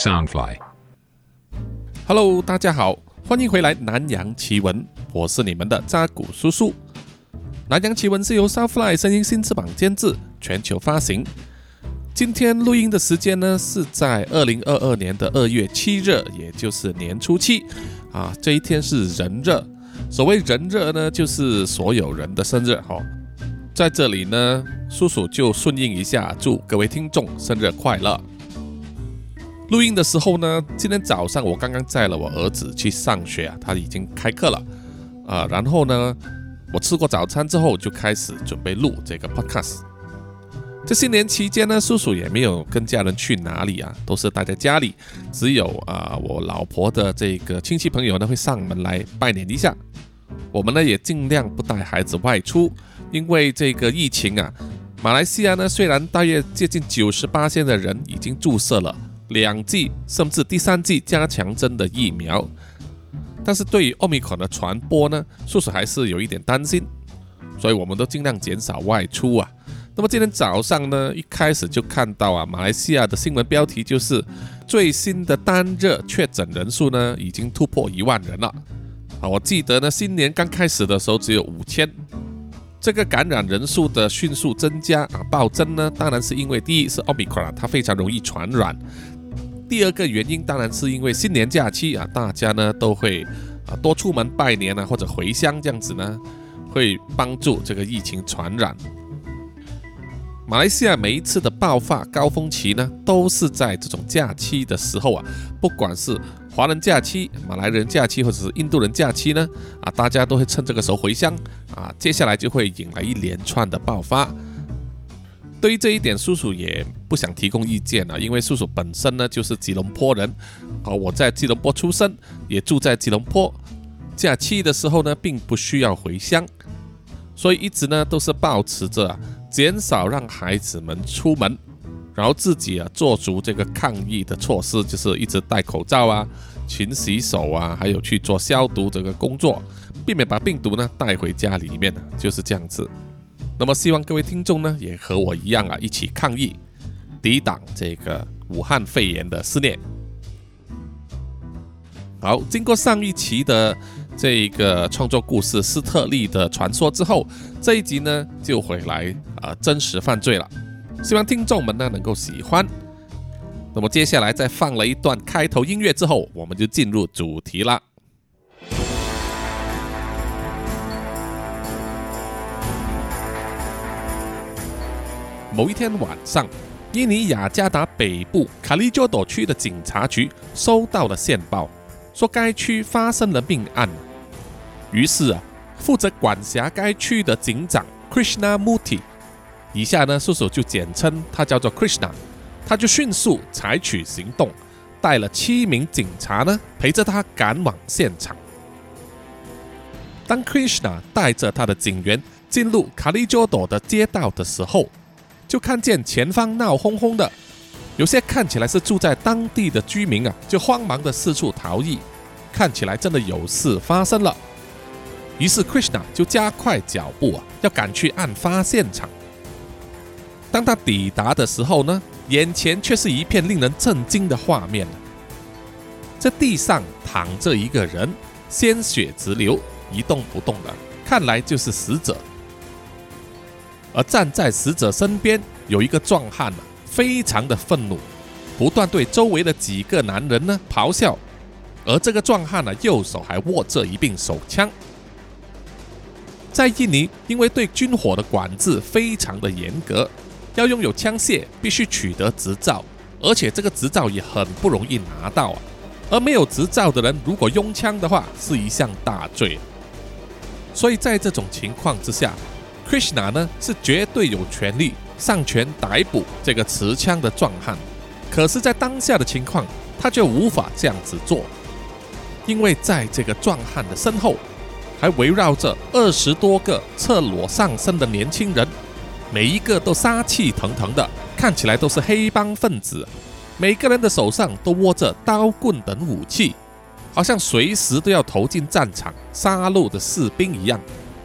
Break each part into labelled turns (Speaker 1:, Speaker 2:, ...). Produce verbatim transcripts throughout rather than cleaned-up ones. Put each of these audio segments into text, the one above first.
Speaker 1: Soundfly。Hello， 大家好，欢迎回来南洋奇闻，我是你们的扎古叔叔。南洋奇闻是由 Soundfly 声音新翅膀监制，全球发行。今天录音的时间呢是在二零二二年的二月七日，也就是年初七啊。这一天是人日，所谓人日呢，就是所有人的生日哈、哦。在这里呢，叔叔就顺应一下，祝各位听众生日快乐。录音的时候呢，今天早上我刚刚载了我儿子去上学啊，他已经开课了啊、呃。然后呢，我吃过早餐之后就开始准备录这个 podcast。这新年期间呢，叔叔也没有跟家人去哪里啊，都是待在家里。只有啊、呃，我老婆的这个亲戚朋友呢会上门来拜年一下。我们呢也尽量不带孩子外出，因为这个疫情啊，马来西亚呢虽然大约接近百分之九十八的人已经注射了两剂甚至第三剂加强针的疫苗，但是对于 Omicron 的传播呢，叔叔还是有一点担心，所以我们都尽量减少外出啊。那么今天早上呢，一开始就看到啊，马来西亚的新闻标题就是最新的单日确诊人数呢已经突破一万人了啊！我记得呢，新年刚开始的时候只有五千。这个感染人数的迅速增加啊，暴增呢，当然是因为第一是 Omicron 它非常容易传染，第二个原因当然是因为新年假期啊，大家呢都会啊多出门拜年啊或者回乡，这样子呢会帮助这个疫情传染。马来西亚每一次的爆发高峰期呢，都是在这种假期的时候啊，不管是华人假期、马来人假期或者是印度人假期呢，啊，大家都会趁这个时候回乡啊，接下来就会引来一连串的爆发。对于这一点，叔叔也不想提供意见啊，因为叔叔本身呢就是吉隆坡人，啊，我在吉隆坡出生，也住在吉隆坡，假期的时候呢，并不需要回乡，所以一直呢都是保持着啊，减少让孩子们出门。然后自己啊做足这个抗疫的措施，就是一直戴口罩啊、勤洗手啊，还有去做消毒这个工作，避免把病毒呢带回家里面，就是这样子。那么希望各位听众呢也和我一样啊，一起抗疫，抵挡这个武汉肺炎的肆虐。好，经过上一期的这个创作故事斯特利的传说之后，这一集呢就回来啊、呃、真实犯罪了。希望听众们呢能够喜欢。那么接下来在放了一段开头音乐之后，我们就进入主题啦。某一天晚上，印尼雅加达北部卡利佐朵区的警察局收到了线报，说该区发生了命案。于是啊，负责管辖该区的警长 Krishnamurthy，以下呢，叔叔就简称他叫做 Krishna， 他就迅速采取行动，带了七名警察呢，陪着他赶往现场。当 Krishna 带着他的警员进入卡利佐朵的街道的时候，就看见前方闹哄哄的，有些看起来是住在当地的居民啊，就慌忙的四处逃逸，看起来真的有事发生了。于是 Krishna 就加快脚步啊，要赶去案发现场。当他抵达的时候呢，眼前却是一片令人震惊的画面。这地上躺着一个人，鲜血直流，一动不动的，看来就是死者。而站在死者身边有一个壮汉，非常的愤怒，不断对周围的几个男人呢咆哮。而这个壮汉呢，右手还握着一柄手枪。在印尼，因为对军火的管制非常的严格，要拥有枪械必须取得执照，而且这个执照也很不容易拿到啊。而没有执照的人如果拥枪的话，是一项大罪。所以在这种情况之下， Krishna 呢是绝对有权利上前逮捕这个持枪的壮汉。可是在当下的情况，他却无法这样子做，因为在这个壮汉的身后还围绕着二十多个赤裸上身的年轻人，每一个都杀气腾腾的，看起来都是黑帮分子，每个人的手上都握着刀棍等武器，好像随时都要投进战场杀戮的士兵一样。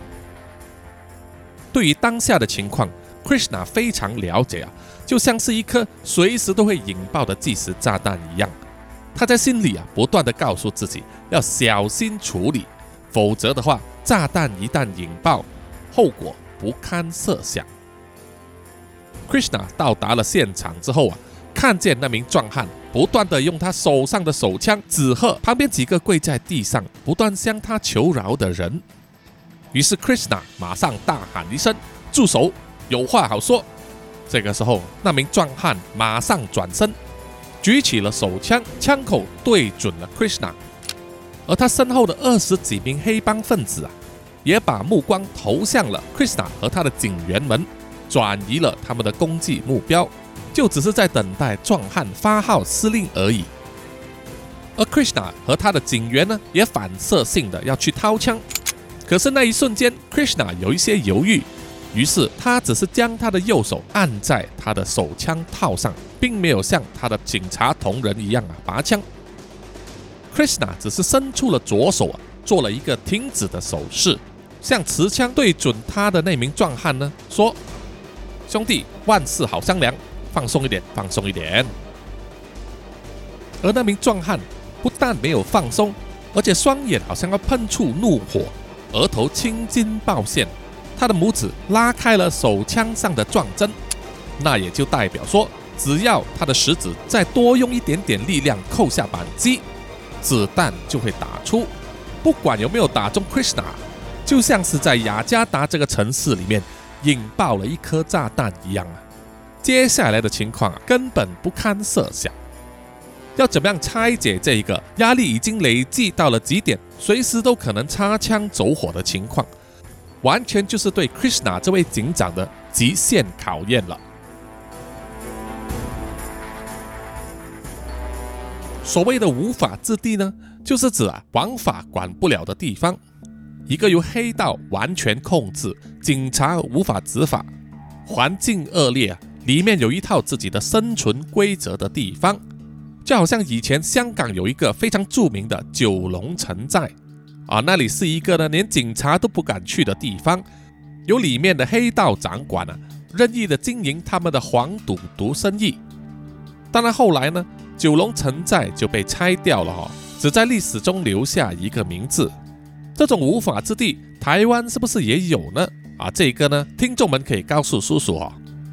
Speaker 1: 对于当下的情况， Krishna 非常了解啊，就像是一颗随时都会引爆的计时炸弹一样， 他在心里啊不断的告诉自己要小心处理，否则的话，炸弹一旦引爆，后果不堪设想。Krishna 到达了现场之后啊，看见那名壮汉不断的用他手上的手枪指喝旁边几个跪在地上不断向他求饶的人，于是 Krishna 马上大喊一声：“住手，有话好说。”这个时候，那名壮汉马上转身，举起了手枪，枪口对准了 Krishna， 而他身后的二十几名黑帮分子啊，也把目光投向了 Krishna 和他的警员们，转移了他们的攻击目标，就只是在等待壮汉发号施令而已。而 Krishna 和他的警员呢，也反射性的要去掏枪，可是那一瞬间 Krishna 有一些犹豫，于是他只是将他的右手按在他的手枪套上，并没有像他的警察同仁一样啊拔枪。Krishna 只是伸出了左手啊，做了一个停止的手势，向持枪对准他的那名壮汉呢说：“兄弟，万事好商量，放松一点，放松一点。”而那名壮汉不但没有放松，而且双眼好像要喷出怒火，额头青筋暴现，他的拇指拉开了手枪上的撞针，那也就代表说，只要他的食指再多用一点点力量扣下扳机，子弹就会打出，不管有没有打中 Krishna， 就像是在雅加达这个城市里面引爆了一颗炸弹一样啊！接下来的情况啊，根本不堪设想。要怎么样拆解这一个压力已经累积到了极点，随时都可能擦枪走火的情况，完全就是对 Krishna 这位警长的极限考验了。所谓的无法之地呢，就是指啊王法管不了的地方，一个由黑道完全控制，警察无法执法，环境恶劣啊，里面有一套自己的生存规则的地方。就好像以前香港有一个非常著名的九龙城寨啊，那里是一个呢连警察都不敢去的地方，由里面的黑道掌管啊，任意的经营他们的黄赌毒生意。当然后来呢，九龙城寨就被拆掉了哦，只在历史中留下一个名字。这种无法之地，台湾是不是也有呢？啊，这个呢，听众们可以告诉叔叔哦。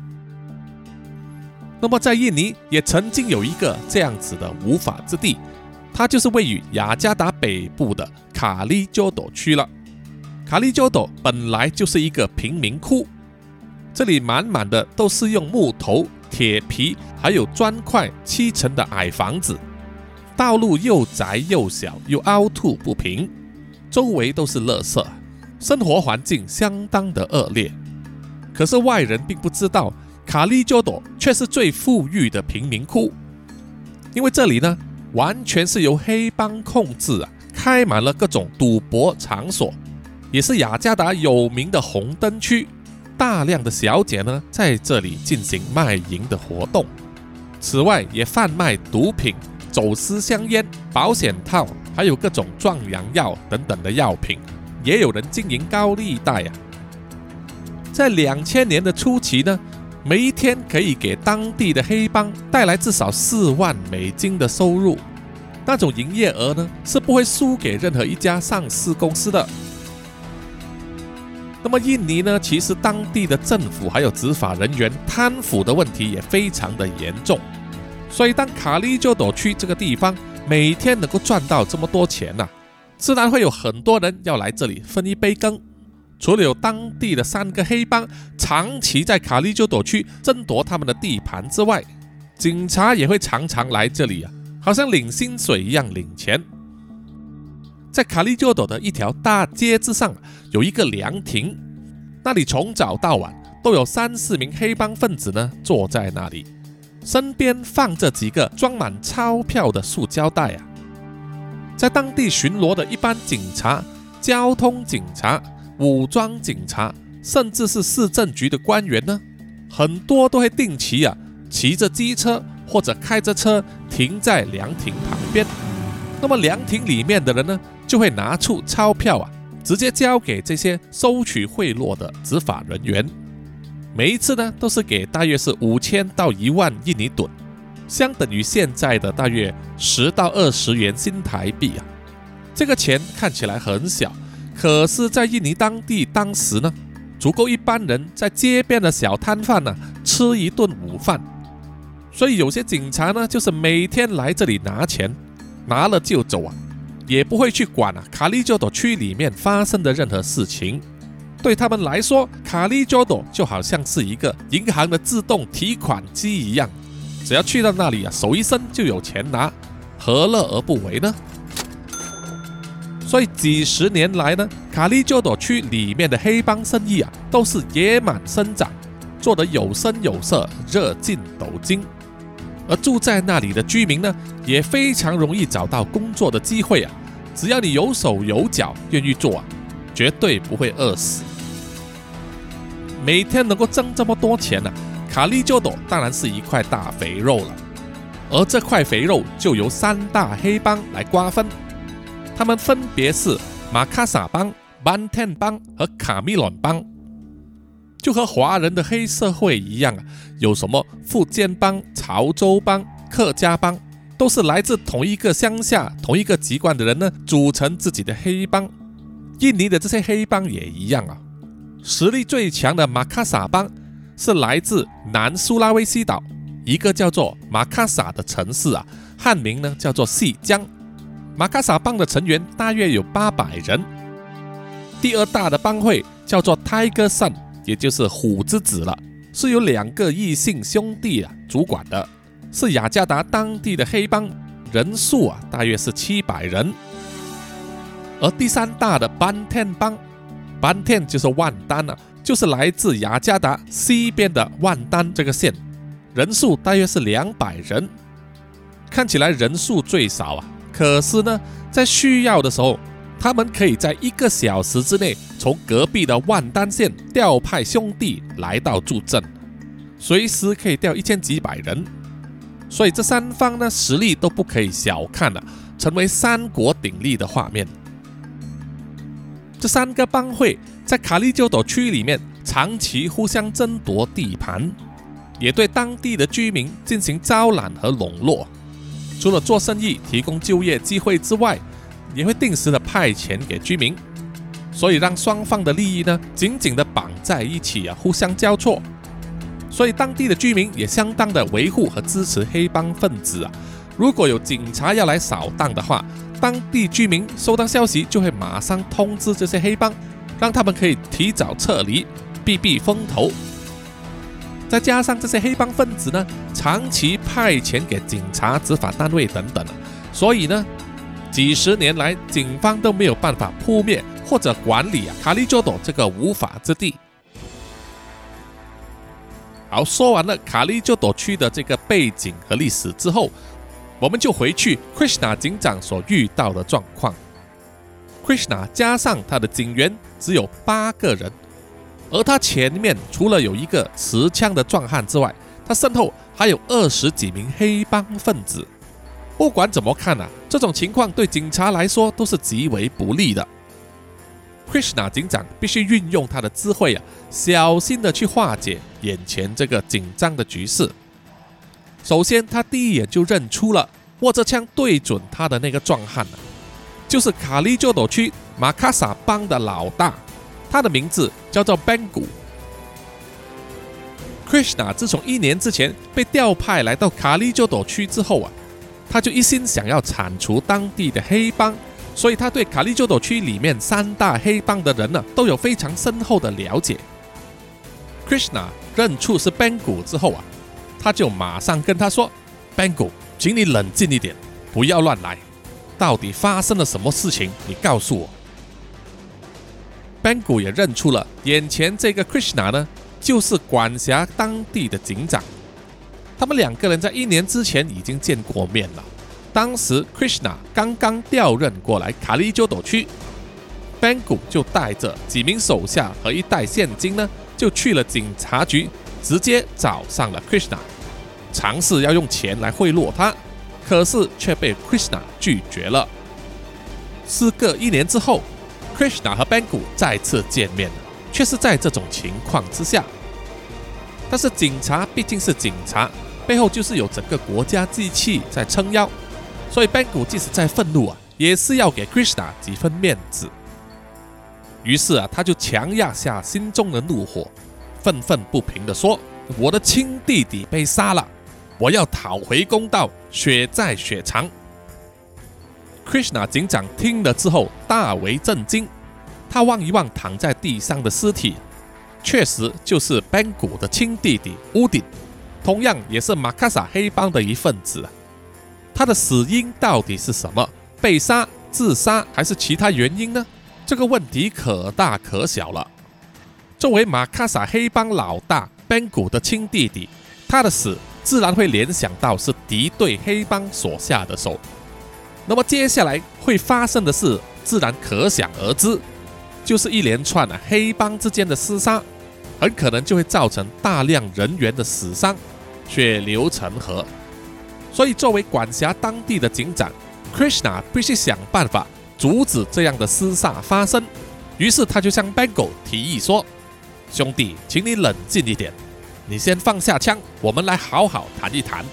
Speaker 1: 那么在印尼也曾经有一个这样子的无法之地，它就是位于雅加达北部的卡利鸠斗区了。卡利鸠斗本来就是一个贫民窟，这里满满的都是用木头、铁皮还有砖块砌成的矮房子，道路又窄又小，又凹凸不平，周围都是垃圾，生活环境相当的恶劣。可是外人并不知道，卡利鸠斗却是最富裕的贫民窟，因为这里呢完全是由黑帮控制啊，开满了各种赌博场所，也是雅加达有名的红灯区，大量的小姐呢在这里进行卖淫的活动。此外也贩卖毒品、走私香烟、保险套，还有各种壮阳药等等的药品，也有人经营高利贷啊。在两千年的初期呢，每一天可以给当地的黑帮带来至少四万美金的收入，那种营业额呢是不会输给任何一家上市公司的。那么印尼呢，其实当地的政府还有执法人员贪腐的问题也非常的严重，所以当卡利鸠斗区这个地方每天能够赚到这么多钱啊，自然会有很多人要来这里分一杯羹。除了有当地的三个黑帮长期在卡利鸠斗区争夺他们的地盘之外，警察也会常常来这里啊，好像领薪水一样领钱。在卡利鸠斗的一条大街之上有一个凉亭，那里从早到晚都有三四名黑帮分子呢坐在那里，身边放着几个装满钞票的塑胶袋啊。在当地巡逻的一般警察、交通警察、武装警察，甚至是市政局的官员呢，很多都会定期啊骑着机车或者开着车停在凉亭旁边。那么凉亭里面的人呢，就会拿出钞票啊，直接交给这些收取贿赂的执法人员。每一次呢，都是给大约是五千到一万印尼盾， 相等于现在的大约十到二十元新台币啊。这个钱看起来很小，可是在印尼当地当时呢，足够一般人在街边的小摊贩呢吃一顿午饭。所以有些警察呢，就是每天来这里拿钱，拿了就走啊，也不会去管啊卡利佐多区里面发生的任何事情。对他们来说，卡利佐多就好像是一个银行的自动提款机一样，只要去到那里啊，手一伸就有钱拿，何乐而不为呢？所以几十年来呢，卡利佐多区里面的黑帮生意啊，都是野蛮生长，做得有声有色，热尽斗金。而住在那里的居民呢，也非常容易找到工作的机会啊，只要你有手有脚，愿意做啊，绝对不会饿死。每天能够挣这么多钱啊，卡利佐多当然是一块大肥肉了。而这块肥肉就由三大黑帮来瓜分，他们分别是马卡萨帮、班天帮和卡米伦帮。就和华人的黑社会一样啊，有什么福建帮、潮州帮、客家帮，都是来自同一个乡下、同一个籍贯的人呢，组成自己的黑帮。印尼的这些黑帮也一样啊，实力最强的马卡萨帮是来自南苏拉威西岛一个叫做马卡萨的城市啊，汉名呢叫做细江。马卡萨帮的成员大约有八百人。第二大的帮会叫做 Tiger Sun，也就是虎之子了，是由两个异姓兄弟啊主管的，是雅加达当地的黑帮，人数啊大约是七百人。而第三大的班天帮，班天就是万丹啊，就是来自雅加达西边的万丹这个县，人数大约是两百人。看起来人数最少啊，可是呢，在需要的时候，他们可以在一个小时之内从隔壁的万丹县调派兄弟来到助阵，随时可以调一千几百人。所以这三方呢，实力都不可以小看了，成为三国鼎立的画面。这三个帮会在卡利佐多区里面长期互相争夺地盘，也对当地的居民进行招揽和笼络。除了做生意提供就业机会之外，也会定时的派钱给居民，所以让双方的利益呢紧紧的绑在一起啊，互相交错。所以当地的居民也相当的维护和支持黑帮分子啊。如果有警察要来扫荡的话，当地居民收到消息就会马上通知这些黑帮，让他们可以提早撤离，避避风头。再加上这些黑帮分子呢，长期派钱给警察、执法单位等等，所以呢，几十年来警方都没有办法扑灭或者管理啊卡利佐多这个无法之地。好，说完了卡利佐多区的这个背景和历史之后，我们就回去 Krishna 警长所遇到的状况。Krishna 加上他的警员只有八个人，而他前面除了有一个持枪的壮汉之外，他身后还有二十几名黑帮分子。不管怎么看啊，这种情况对警察来说都是极为不利的。Krishna 警长必须运用他的智慧啊，小心的去化解眼前这个紧张的局势。首先，他第一眼就认出了握着枪对准他的那个壮汉、啊、就是卡利佐多区马卡萨帮的老大，他的名字叫做 Bengu。Krishna 自从一年之前被调派来到卡利佐多区之后啊，他就一心想要铲除当地的黑帮，所以他对卡利佐多区里面三大黑帮的人呢、啊、都有非常深厚的了解。Krishna 认出是 Bengu 之后啊，他就马上跟他说 Bengu， 请你冷静一点，不要乱来，到底发生了什么事情，你告诉我。 Bengu 也认出了眼前这个 Krishna 呢，就是管辖当地的警长。他们两个人在一年之前已经见过面了，当时 Krishna 刚刚调任过来卡利佐多区， Bengu 就带着几名手下和一袋现金呢，就去了警察局，直接找上了 Krishna， 尝试要用钱来贿赂他，可是却被 Krishna 拒绝了。事隔一年之后， Krishna 和 Bengu 再次见面了，却是在这种情况之下。但是警察毕竟是警察， 背后就是有整个国家机器在撑腰，所以 Bengu 即使再愤怒啊，也是要给 Krishna 几分面子。于是啊，他就强压下心中的怒火，愤愤不平地说：“我的亲弟弟被杀了，我要讨回公道，血债血偿。” Krishna 警长听了之后大为震惊，他望一望躺在地上的尸体，确实就是 Bengu 的亲弟弟乌顶，同样也是马卡萨黑帮的一份子。他的死因到底是什么？被杀、自杀还是其他原因呢？这个问题可大可小了。作为马卡萨黑帮老大 Bengu 的亲弟弟，他的死自然会联想到是敌对黑帮所下的手。那么接下来会发生的事自然可想而知，就是一连串的黑帮之间的厮杀，很可能就会造成大量人员的死伤，血流成河。所以作为管辖当地的警长， Krishna 必须想办法阻止这样的厮杀发生。于是他就向 Bengu 提议说：“兄弟，请你冷静一点，你先放下枪，我们来好好谈一谈。”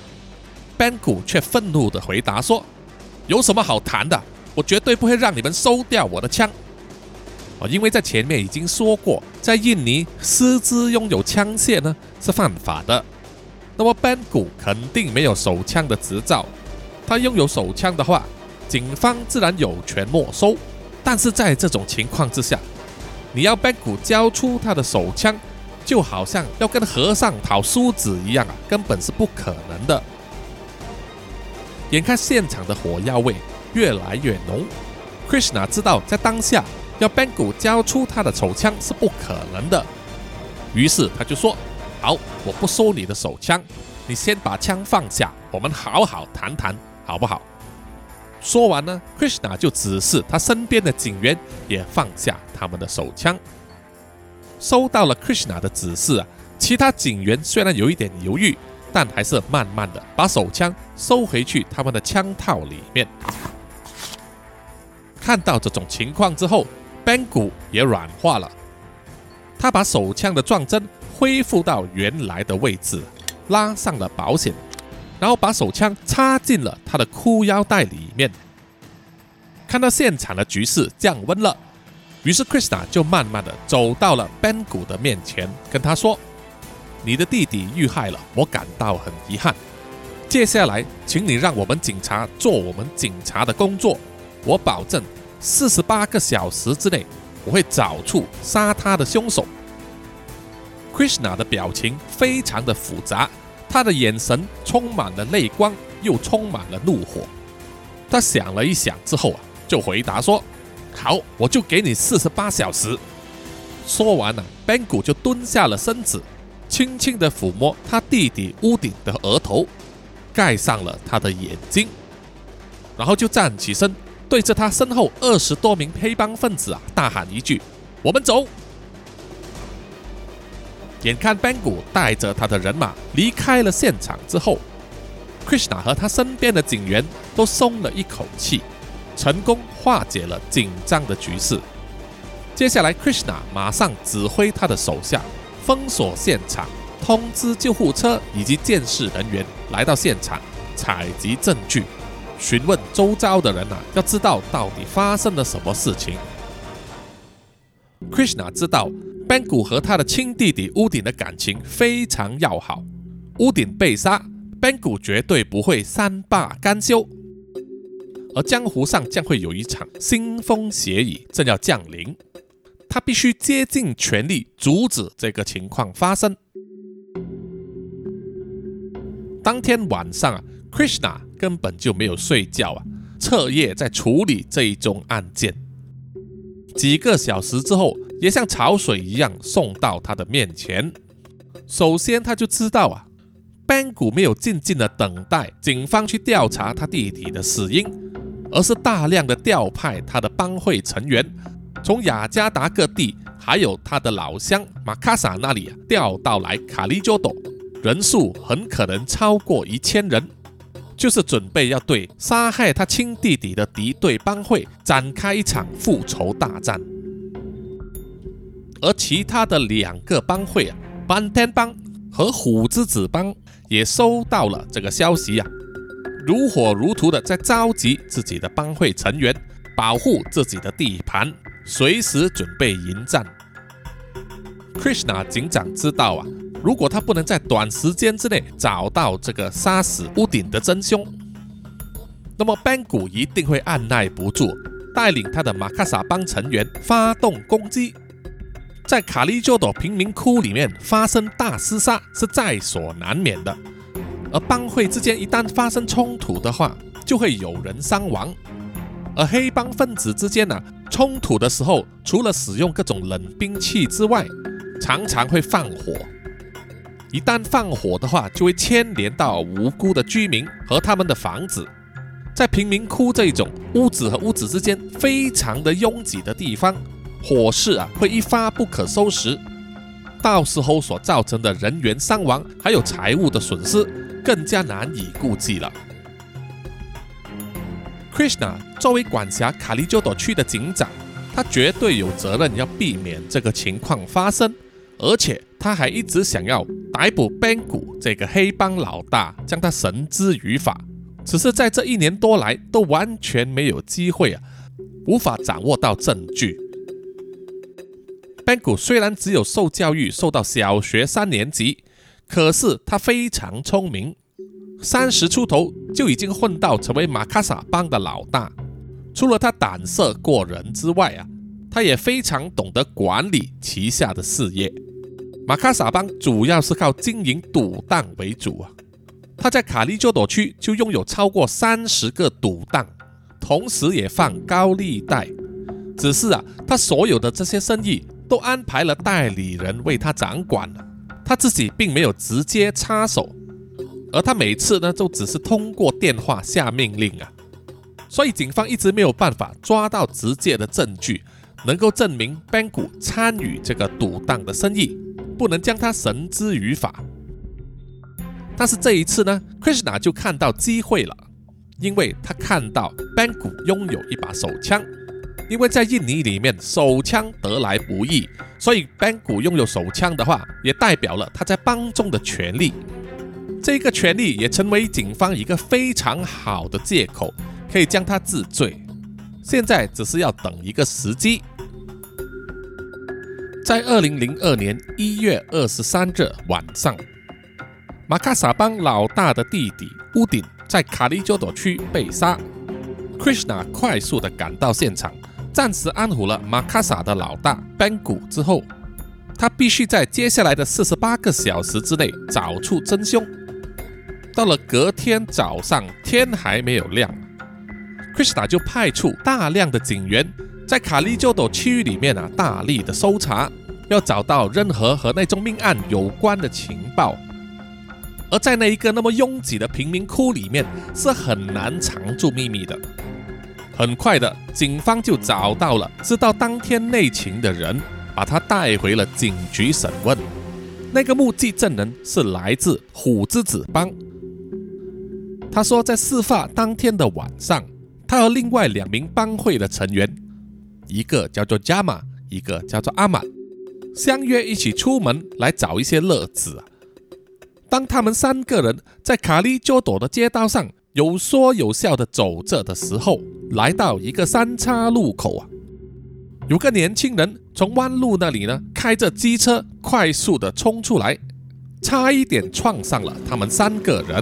Speaker 1: Bengu 却愤怒地回答说：“有什么好谈的？我绝对不会让你们收掉我的枪。”因为在前面已经说过，在印尼私自拥有枪械呢是犯法的。那么 Bengu 肯定没有手枪的执照，他拥有手枪的话，警方自然有权没收。但是在这种情况之下，你要 Bengu 交出他的手枪，就好像要跟和尚讨梳子一样啊，根本是不可能的。眼看现场的火药味越来越浓， Krishna 知道在当下要 Bengu 交出他的手枪是不可能的，于是他就说：“好，我不收你的手枪，你先把枪放下，我们好好谈谈，好不好？”说完呢， Krishna 就指示他身边的警员也放下他们的手枪。收到了 Krishna 的指示啊，其他警员虽然有一点犹豫，但还是慢慢的把手枪收回去他们的枪套里面。看到这种情况之后， Bengu 也软化了，他把手枪的撞针恢复到原来的位置，拉上了保险，然后把手枪插进了他的裤腰带里面。看到现场的局势降温了，于是 Krishna 就慢慢的走到了 Bengu 的面前，跟他说：“你的弟弟遇害了，我感到很遗憾。接下来，请你让我们警察做我们警察的工作，我保证四十八个小时之内，我会找出杀他的凶手。” Krishna 的表情非常的复杂，他的眼神充满了泪光，又充满了怒火。他想了一想之后啊，就回答说：“好，我就给你四十八小时。”说完了， Bengu 就蹲下了身子，轻轻地抚摸他弟弟屋顶的额头，盖上了他的眼睛，然后就站起身，对着他身后二十多名黑帮分子啊大喊一句：“我们走！”眼看 Bengu 带着他的人马离开了现场之后， Krishna 和他身边的警员都松了一口气，成功化解了紧张的局势。接下来 Krishna 马上指挥他的手下封锁现场，通知救护车以及监视人员来到现场采集证据，询问周遭的人啊，要知道到底发生了什么事情。 Krishna 知道 Bengu 和他的亲弟弟屋顶的感情非常要好，屋顶被杀， Bengu 绝对不会善罢甘休，而江湖上将会有一场腥风血雨正要降临，他必须竭尽全力阻止这个情况发生。当天晚上啊， Krishna 根本就没有睡觉啊，彻夜在处理这一宗案件。几个小时之后，也像潮水一样送到他的面前。首先他就知道啊， Bengu 没有静静的等待警方去调查他弟弟的死因，而是大量的调派他的帮会成员，从雅加达各地还有他的老乡马卡萨那里、啊、调到来卡利佐多，人数很可能超过一千人，就是准备要对杀害他亲弟弟的敌对帮会展开一场复仇大战。而其他的两个帮会啊，班天帮和虎之子帮也收到了这个消息啊，如火如荼的在召集自己的帮会成员，保护自己的地盘，随时准备迎战。Krishna 警长知道啊，如果他不能在短时间之内找到这个杀死屋顶的真凶，那么 Bangu 一定会按耐不住，带领他的马卡萨帮成员发动攻击。在卡利鸠朵贫民窟里面发生大厮杀是在所难免的，而帮会之间一旦发生冲突的话，就会有人伤亡。而黑帮分子之间啊，冲突的时候，除了使用各种冷兵器之外，常常会放火。一旦放火的话，就会牵连到无辜的居民和他们的房子。在贫民窟这种屋子和屋子之间非常的拥挤的地方，火势啊会一发不可收拾，到时候所造成的人员伤亡还有财物的损失更加难以估计了。Krishna 作为管辖卡利鸠朵区的警长，他绝对有责任要避免这个情况发生，而且他还一直想要逮捕 Bangu 这个黑帮老大，将他绳之于法。只是在这一年多来都完全没有机会啊，无法掌握到证据。Bangu 虽然只有受教育受到小学三年级，可是他非常聪明，三十出头就已经混到成为马卡萨帮的老大。除了他胆色过人之外啊，他也非常懂得管理旗下的事业。马卡萨帮主要是靠经营赌档为主啊，他在卡利鸠朵区就拥有超过三十个赌档，同时也放高利贷。只是啊，他所有的这些生意都安排了代理人为他掌管了，他自己并没有直接插手，而他每次呢，都只是通过电话下命令啊，所以警方一直没有办法抓到直接的证据，能够证明 Bangu 参与这个赌档的生意，不能将他绳之于法。但是这一次呢 ，Krishna 就看到机会了，因为他看到 Bangu 拥有一把手枪。因为在印尼里面，手枪得来不易，所以 Bangu 拥有手枪的话，也代表了他在帮中的权利。这个权利也成为警方一个非常好的借口，可以将他治罪。现在只是要等一个时机。在二零零二年一月二十三日晚上，马卡萨帮老大的弟弟乌顶在卡利鸠朵区被杀。Krishna 快速的赶到现场，暂时安抚了马卡萨的老大 Bangu 之后，他必须在接下来的四十八个小时之内找出真凶。到了隔天早上，天还没有亮， Krishna 就派出大量的警员在卡利鸠朵区域里面啊大力的搜查，要找到任何和那宗命案有关的情报。而在那一个那么拥挤的贫民窟里面，是很难藏住秘密的。很快的，警方就找到了知道当天内情的人，把他带回了警局审问。那个目击证人是来自虎之子帮。他说，在事发当天的晚上，他和另外两名帮会的成员，一个叫做 Jama， 一个叫做阿满，相约一起出门来找一些乐子啊。当他们三个人在卡利鸠朵的街道上有说有笑的走着的时候，来到一个三岔路口啊，有个年轻人从弯路那里呢开着机车快速的冲出来，差一点撞上了他们三个人。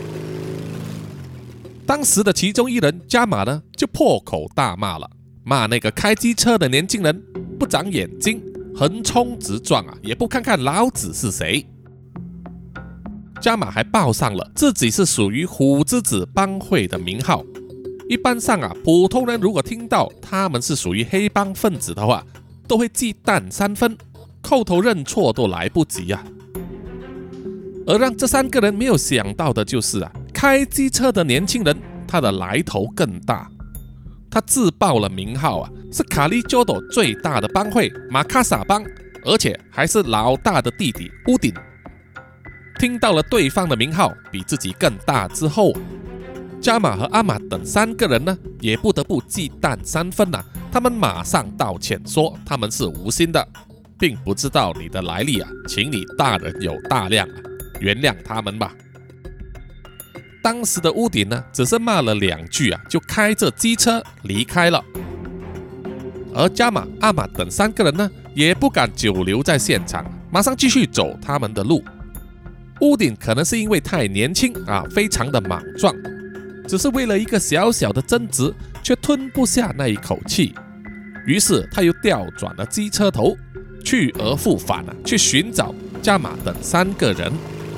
Speaker 1: 当时的其中一人加马呢就破口大骂了，骂那个开机车的年轻人不长眼睛，横冲直撞啊，也不看看老子是谁。加马还报上了自己是属于虎之子帮会的名号。一般上啊，普通人如果听到他们是属于黑帮分子的话，都会忌惮三分，叩头认错都来不及啊。而让这三个人没有想到的就是啊，开机车的年轻人他的来头更大，他自报了名号啊，是卡利鸠朵最大的帮会马卡萨帮，而且还是老大的弟弟乌顶。听到了对方的名号比自己更大之后，加马和阿玛等三个人呢，也不得不忌惮三分啊。他们马上道歉说他们是无心的。 并不知道你的来历啊，请你大人有大量啊，原谅他们吧。当时的乌顶呢，只是骂了两句啊，就开着机车离开了。而加马、阿玛等三个人呢，也不敢久留在现场，马上继续走他们的路。乌顶可能是因为太年轻啊，非常的莽撞，只是为了一个小小的争执，却吞不下那一口气。于是他又调转了机车头，去而复返啊，去寻找加马等三个人。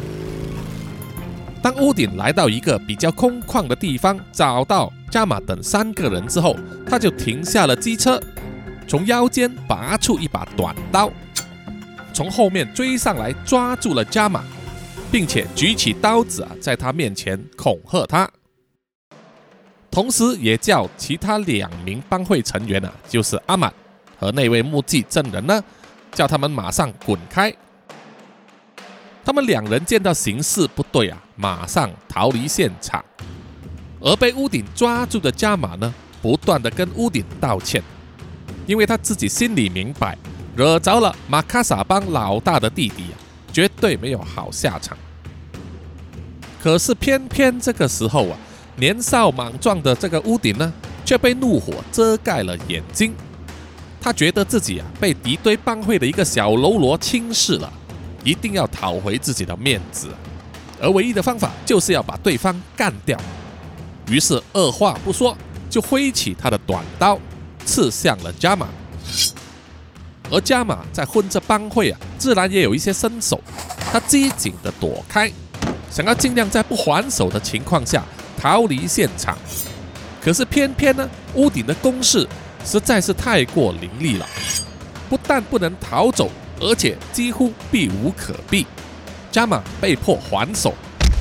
Speaker 1: 当乌顶来到一个比较空旷的地方，找到加马等三个人之后，他就停下了机车，从腰间拔出一把短刀，从后面追上来抓住了加马，并且举起刀子啊，在他面前恐吓他，同时也叫其他两名帮会成员啊，就是阿玛和那位目击证人呢，叫他们马上滚开。他们两人见到形势不对啊，马上逃离现场。而被乌顶抓住的加马呢，不断的跟乌顶道歉，因为他自己心里明白，惹着了马卡萨帮老大的弟弟啊，绝对没有好下场。可是偏偏这个时候啊，年少莽撞的这个乌顶呢，却被怒火遮盖了眼睛。他觉得自己啊，被敌对帮会的一个小喽啰轻视了，一定要讨回自己的面子，而唯一的方法就是要把对方干掉。于是二话不说，就挥起他的短刀，刺向了加马。而加马在混着帮会啊，自然也有一些身手，他机警的躲开，想要尽量在不还手的情况下逃离现场。可是偏偏呢，屋顶的攻势实在是太过凌厉了，不但不能逃走，而且几乎避无可避。加马被迫还手，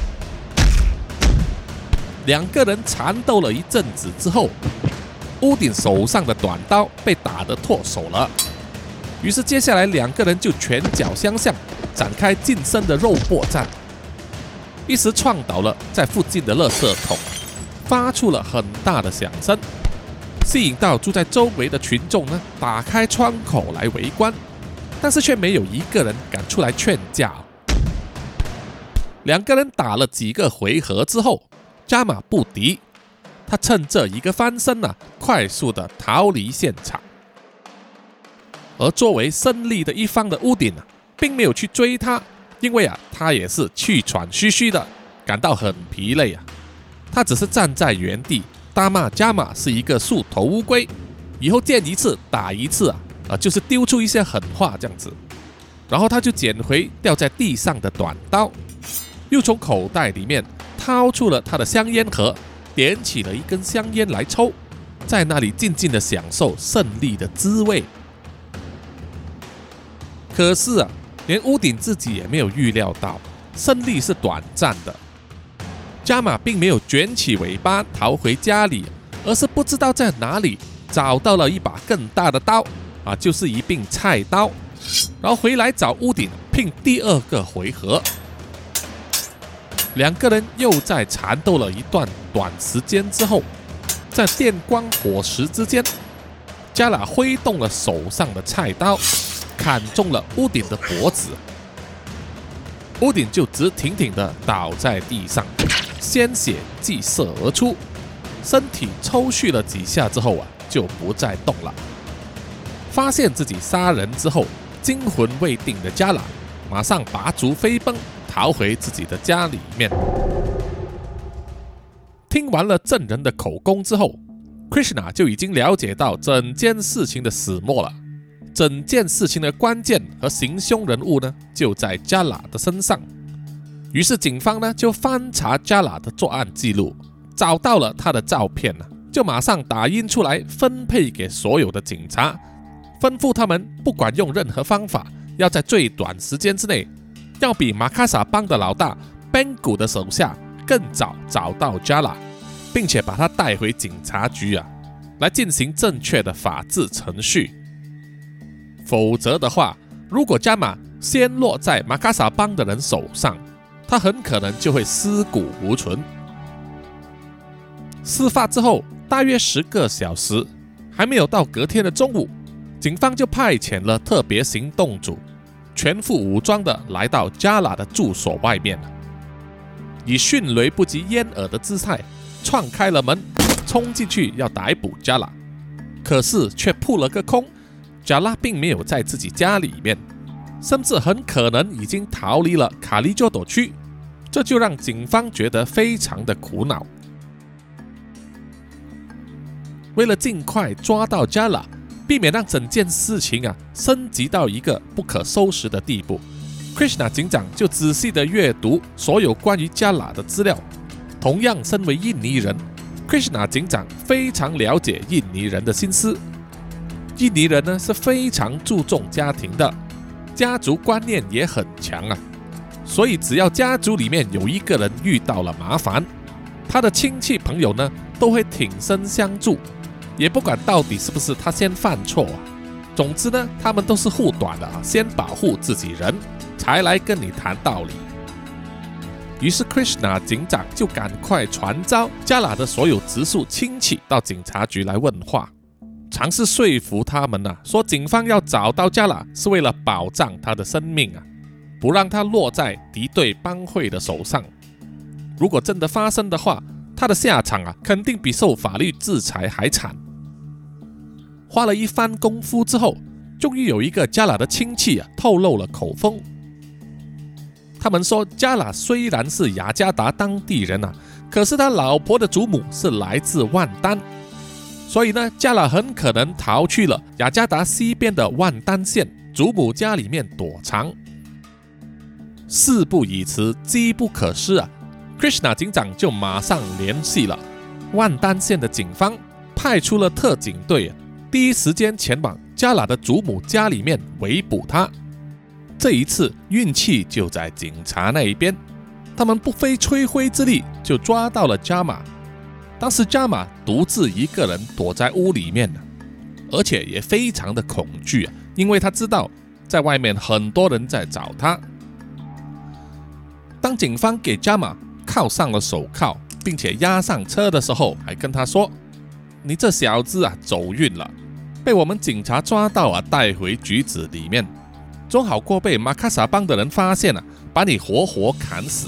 Speaker 1: 两个人缠斗了一阵子之后，屋顶手上的短刀被打得脱手了。于是接下来两个人就拳脚相向，展开近身的肉搏战，一时撞倒了在附近的垃圾桶，发出了很大的响声，吸引到住在周围的群众呢，打开窗口来围观，但是却没有一个人敢出来劝架。两个人打了几个回合之后，加马不敌，他趁这一个翻身啊，快速的逃离现场。而作为胜利的一方的屋顶啊，并没有去追他，因为啊，他也是气喘吁吁的，感到很疲累啊。他只是站在原地，大骂加马是一个树头乌龟，以后见一次打一次啊，啊，就是丢出一些狠话这样子。然后他就捡回掉在地上的短刀，又从口袋里面掏出了他的香烟盒，点起了一根香烟来抽，在那里静静的享受胜利的滋味。可是啊，连屋顶自己也没有预料到，胜利是短暂的。加马并没有卷起尾巴逃回家里，而是不知道在哪里找到了一把更大的刀啊，就是一柄菜刀，然后回来找屋顶拼第二个回合。两个人又在缠斗了一段短时间之后，在电光火石之间，加拉挥动了手上的菜刀，砍中了屋顶的脖子，屋顶就直挺挺的倒在地上，鲜血即射而出，身体抽搐了几下之后啊，就不再动了。发现自己杀人之后，惊魂未定的加拉马上拔足飞奔，逃回自己的家里面。听完了证人的口供之后， Krishna 就已经了解到整件事情的始末了。整件事情的关键和行凶人物呢，就在加拉的身上。于是警方呢就翻查加拉的作案记录，找到了他的照片呢，就马上打印出来分配给所有的警察，吩咐他们不管用任何方法，要在最短时间之内，要比马卡萨帮的老大 Bengu 的手下更早找到加拉，并且把他带回警察局啊，来进行正确的法治程序。否则的话，如果加马先落在马卡萨帮的人手上，他很可能就会尸骨无存。事发之后大约十个小时，还没有到隔天的中午， 警方就派遣了特别行动组，全副武装的来到加拉的住所外面，以迅雷不及掩耳的姿态撞开了门，冲进去要逮捕加拉，可是却扑了个空。加拉并没有在自己家里面，甚至很可能已经逃离了卡利佐朵区，这就让警方觉得非常的苦恼。为了尽快抓到加拉，避免让整件事情啊升级到一个不可收拾的地步， Krishna 警长就仔细的阅读所有关于加拉的资料。同样身为印尼人， Krishna 警长非常了解印尼人的心思。印尼人呢是非常注重家庭的，家族观念也很强啊，所以只要家族里面有一个人遇到了麻烦，他的亲戚朋友呢都会挺身相助，也不管到底是不是他先犯错啊。总之呢，他们都是护短的，先保护自己人，才来跟你谈道理。于是 Krishna 警长就赶快传召加拉的所有直属亲戚到警察局来问话，尝试说服他们啊，说警方要找到加拉是为了保障他的生命啊，不让他落在敌对帮会的手上。如果真的发生的话，他的下场啊，肯定比受法律制裁还惨。花了一番功夫之后，终于有一个加拉的亲戚啊透露了口风。他们说，加拉虽然是雅加达当地人啊，可是他老婆的祖母是来自万丹，所以呢，加拉很可能逃去了雅加达西边的万丹县祖母家里面躲藏。事不宜迟，机不可失啊 ！Krishna 警长就马上联系了万丹县的警方，派出了特警队，第一时间前往加拉的祖母家里面围捕他。这一次运气就在警察那一边，他们不费吹灰之力就抓到了加玛。当时加玛独自一个人躲在屋里面，而且也非常的恐惧，因为他知道在外面很多人在找他。当警方给加玛铐上了手铐，并且押上车的时候，还跟他说：“你这小子啊，走运了，被我们警察抓到啊，带回局子里面，总好过被马卡萨邦的人发现啊，把你活活砍死。”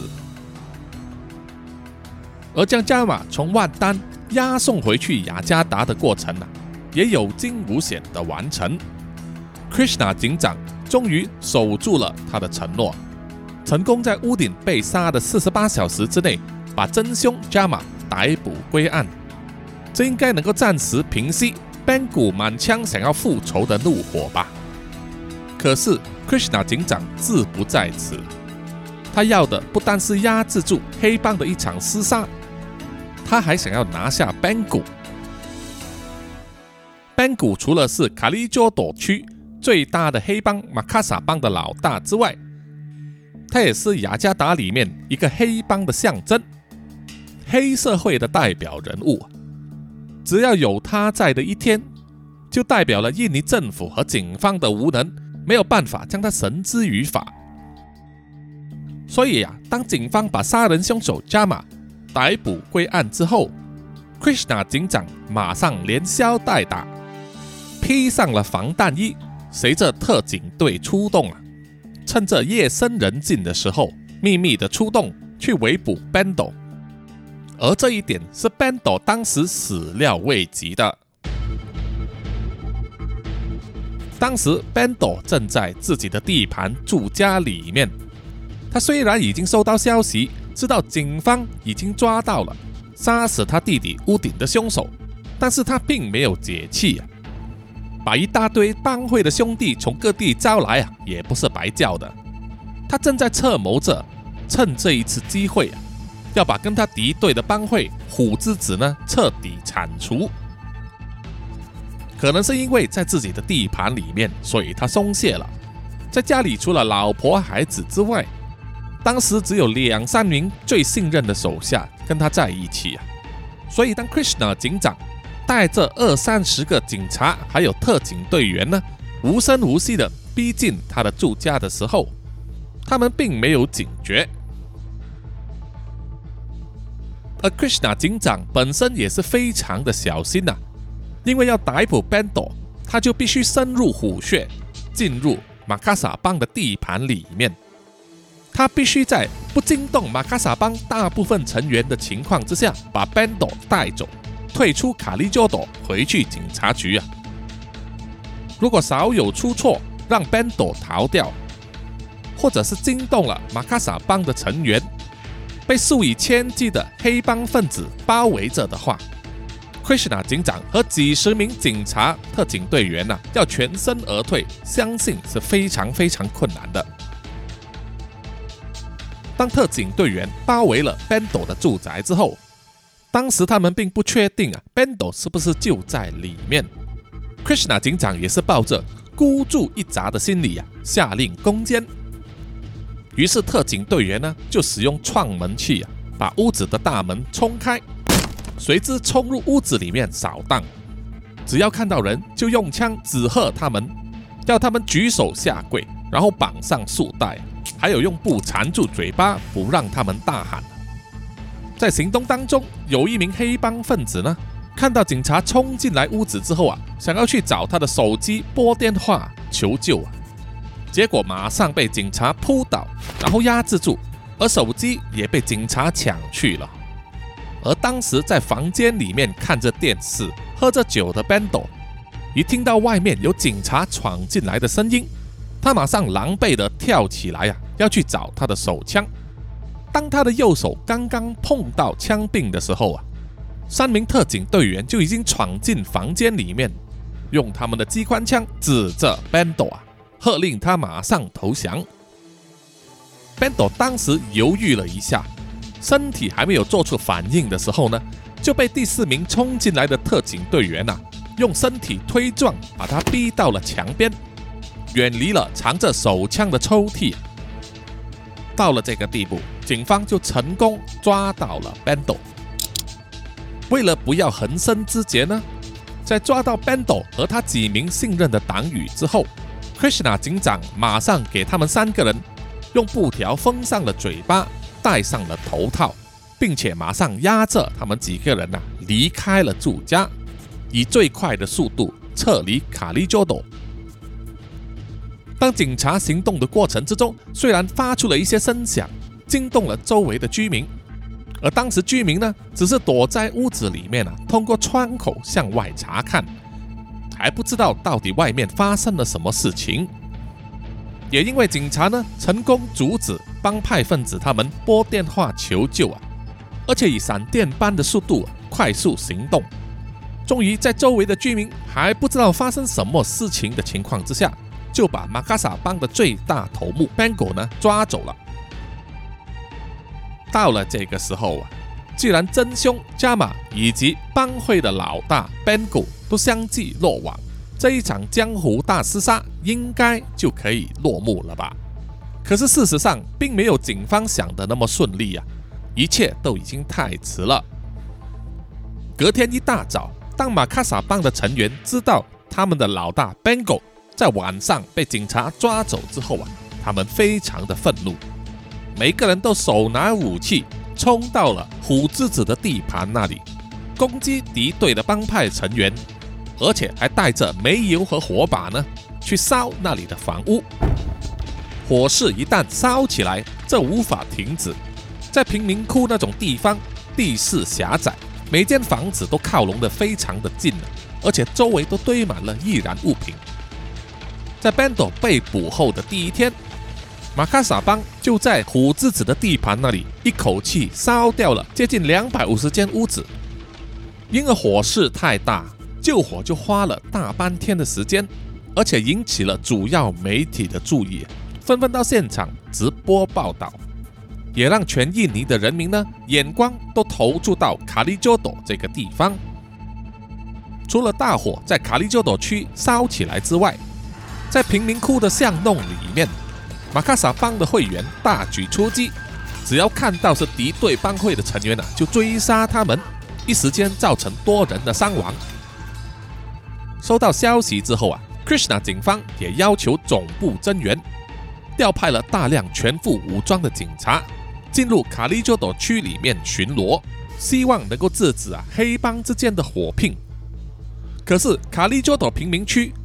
Speaker 1: 而将加玛从万丹押送回去雅加达的过程啊，也有惊无险的完成。Krishna 警长终于守住了他的承诺，成功在屋顶被杀的四十八小时之内，把真凶加玛逮捕归案。这应该能够暂时平息 Banggu 满腔想要复仇的怒火吧。可是 Krishna 警长志不在此，他要的不单是压制住黑帮的一场厮杀，他还想要拿下 Banggu。Banggu 除了是卡利佐朵区最大的黑帮马卡萨帮的老大之外，他也是雅加达里面一个黑帮的象征，黑社会的代表人物。只要有他在的一天，就代表了印尼政府和警方的无能，没有办法将他绳之于法。所以啊，当警方把杀人凶手加玛逮捕归案之后， Krishna 警长马上连消带打，披上了防弹衣，随着特警队出动啊，趁着夜深人静的时候，秘密的出动去围捕 Bando。 而这一点是 Bando 当时始料未及的。当时 Bando 正在自己的地盘住家里面，他虽然已经收到消息，知道警方已经抓到了杀死他弟弟屋顶的凶手，但是他并没有解气啊，把一大堆帮会的兄弟从各地招来啊，也不是白叫的。他正在策谋着趁这一次机会啊，要把跟他敌对的帮会虎之子呢彻底铲除。可能是因为在自己的地盘里面，所以他松懈了。在家里除了老婆孩子之外，当时只有两三名最信任的手下跟他在一起啊。所以当 Krishna 警长带着二三十个警察还有特警队员呢，无声无息的逼近他的住家的时候，他们并没有警觉。而 Krishna 警长本身也是非常的小心啊，因为要逮捕 Bando， 他就必须深入虎穴，进入马卡萨邦的地盘里面。他必须在不惊动马卡萨邦大部分成员的情况之下，把 Bando 带走，退出卡利佐多，回去警察局啊。如果稍有出错，让 Bando 逃掉，或者是惊动了马卡萨邦的成员，被数以千计的黑帮分子包围着的话， Krishna 警长和几十名警察特警队员啊，要全身而退，相信是非常非常困难的。当特警队员包围了 Bando 的住宅之后，当时他们并不确定啊 Bando 是不是就在里面。Krishna 警长也是抱着孤注一掷的心理啊，下令攻坚。于是特警队员呢，就使用撞门器啊，把屋子的大门冲开，随之冲入屋子里面扫荡。只要看到人，就用枪指喝他们，要他们举手下跪，然后绑上束带，还有用布缠住嘴巴，不让他们大喊。在行动当中，有一名黑帮分子呢，看到警察冲进来屋子之后啊，想要去找他的手机拨电话求救啊，结果马上被警察扑倒，然后压制住，而手机也被警察抢去了。而当时在房间里面看着电视、喝着酒的 Bando， 一听到外面有警察闯进来的声音，他马上狼狈地跳起来啊，要去找他的手枪。当他的右手刚刚碰到枪柄的时候啊，三名特警队员就已经闯进房间里面，用他们的机关枪指着 Bando 啊，喝令他马上投降。Bando 当时犹豫了一下，身体还没有做出反应的时候呢，就被第四名冲进来的特警队员啊，用身体推撞，把他逼到了墙边，远离了藏着手枪的抽屉。到了这个地步，警方就成功抓到了 Bando。为了不要横生枝节呢，在抓到 Bando 和他几名信任的党羽之后， Krishna 警长马上给他们三个人用布条封上了嘴巴，戴上了头套，并且马上押着他们几个人啊离开了住家，以最快的速度撤离卡利佐多。当警察行动的过程之中，虽然发出了一些声响，惊动了周围的居民，而当时居民呢，只是躲在屋子里面啊，通过窗口向外查看，还不知道到底外面发生了什么事情。也因为警察呢，成功阻止帮派分子他们拨电话求救啊，而且以闪电般的速度、啊、快速行动，终于在周围的居民还不知道发生什么事情的情况之下，就把马卡萨帮的最大头目 Bando 呢抓走了。到了这个时候啊，既然真凶加马以及帮会的老大 Bando 都相继落网，这一场江湖大厮杀应该就可以落幕了吧？可是事实上并没有警方想的那么顺利啊，一切都已经太迟了。隔天一大早，当马卡萨帮的成员知道他们的老大 Bando 在晚上被警察抓走之后啊，他们非常的愤怒，每个人都手拿武器，冲到了虎之子的地盘那里，攻击敌对的帮派成员，而且还带着煤油和火把呢，去烧那里的房屋。火势一旦烧起来，这无法停止。在贫民窟那种地方，地势狭窄，每间房子都靠拢得非常的近，而且周围都堆满了易燃物品。在 Bando 被捕后的第一天，马卡萨帮就在虎之子的地盘那里一口气烧掉了接近两百五十间屋子。因为火势太大，救火就花了大半天的时间，而且引起了主要媒体的注意，纷纷到现场直播报道，也让全印尼的人民呢眼光都投注到卡利佐多这个地方。除了大火在卡利佐多区烧起来之外，在贫民窟的巷弄里面，马卡萨帮的会员大举出击，只要看到是敌对帮会的成员啊，就追杀他们，一时间造成多人的伤亡。收到消息之后啊 ，Krishna 警方也要求总部增援，调派了大量全副武装的警察进入卡利佐多区里面巡逻，希望能够制止啊黑帮之间的火拼。可是卡利佐多贫民区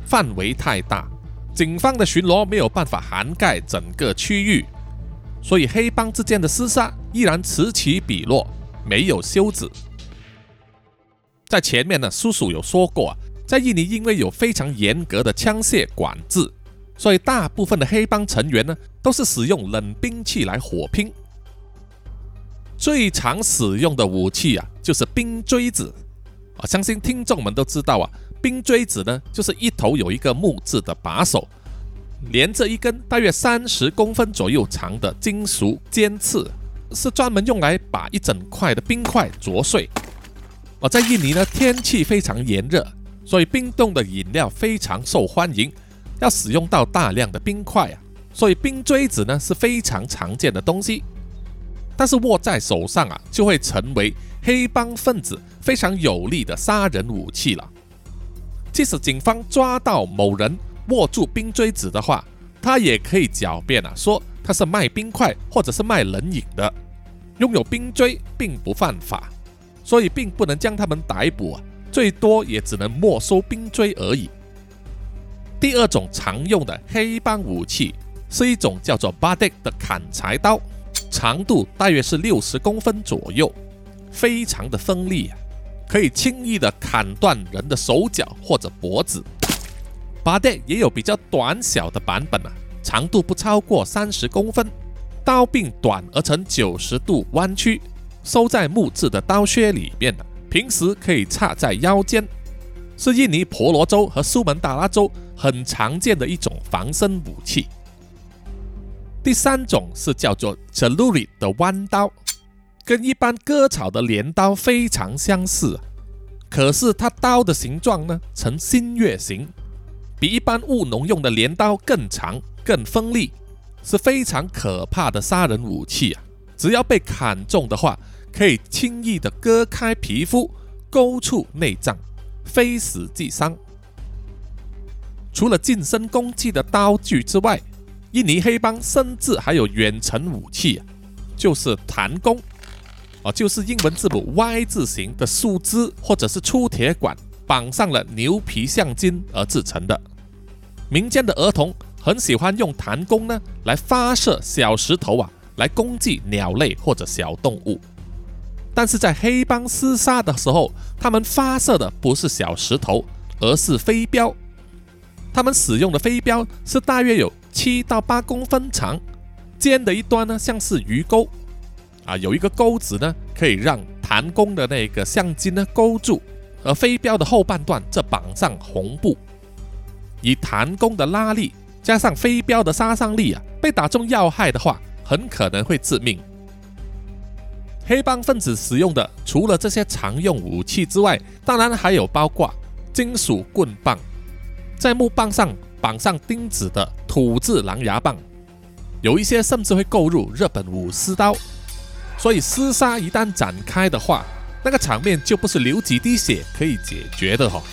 Speaker 1: 范围太大，警方的巡逻没有办法涵盖整个区域，所以黑帮之间的厮杀依然此起彼落，没有休止。在前面呢，叔叔有说过啊，在印尼因为有非常严格的枪械管制，所以大部分的黑帮成员呢都是使用冷兵器来火拼。最常使用的武器啊，就是冰锥子。啊，相信听众们都知道啊，冰锥子呢就是一头有一个木质的把手，连着一根大约三十公分左右长的金属尖刺，是专门用来把一整块的冰块啄碎。而在印尼呢，天气非常炎热，所以冰冻的饮料非常受欢迎，要使用到大量的冰块啊，所以冰锥子呢是非常常见的东西。但是握在手上啊，就会成为黑帮分子非常有力的杀人武器了。即使警方抓到某人握住冰锥子的话，他也可以狡辩啊，说他是卖冰块或者是卖冷饮的，拥有冰锥并不犯法，所以并不能将他们逮捕啊，最多也只能没收冰锥而已。第二种常用的黑帮武器是一种叫做 Badik 的砍柴刀，长度大约是六十公分左右，非常的锋利啊，可以轻易的砍断人的手脚或者脖子。Badik 也有比较短小的版本啊，长度不超过三十公分，刀柄短而呈九十度弯曲，收在木质的刀靴里面的，平时可以插在腰间，是印尼婆罗洲和苏门答腊州很常见的一种防身武器。第三种是叫做 Celurit 的弯刀，跟一般割草的镰刀非常相似，可是它刀的形状呢呈新月形，比一般务农用的镰刀更长更锋利，是非常可怕的杀人武器啊！只要被砍中的话，可以轻易的割开皮肤，勾触内脏，非死即伤。除了近身攻击的刀具之外，印尼黑帮甚至还有远程武器啊，就是弹弓，哦，就是英文字母 Y 字形的树枝或者是粗铁管绑上了牛皮橡筋而制成的。民间的儿童很喜欢用弹弓呢来发射小石头啊，来攻击鸟类或者小动物。但是在黑帮厮杀的时候，他们发射的不是小石头，而是飞镖。他们使用的飞镖是大约有七到八公分长，尖的一端呢像是鱼钩啊，有一个钩子呢可以让弹弓的那个橡筋呢勾住，而飞镖的后半段则绑上红布。以弹弓的拉力加上飞镖的杀伤力啊，被打中要害的话，很可能会致命。黑帮分子使用的除了这些常用武器之外，当然还有包括金属棍棒，在木棒上绑上钉子的土制狼牙棒，有一些甚至会购入日本武士刀。所以厮杀一旦展开的话，那个场面就不是流几滴血可以解决的哦。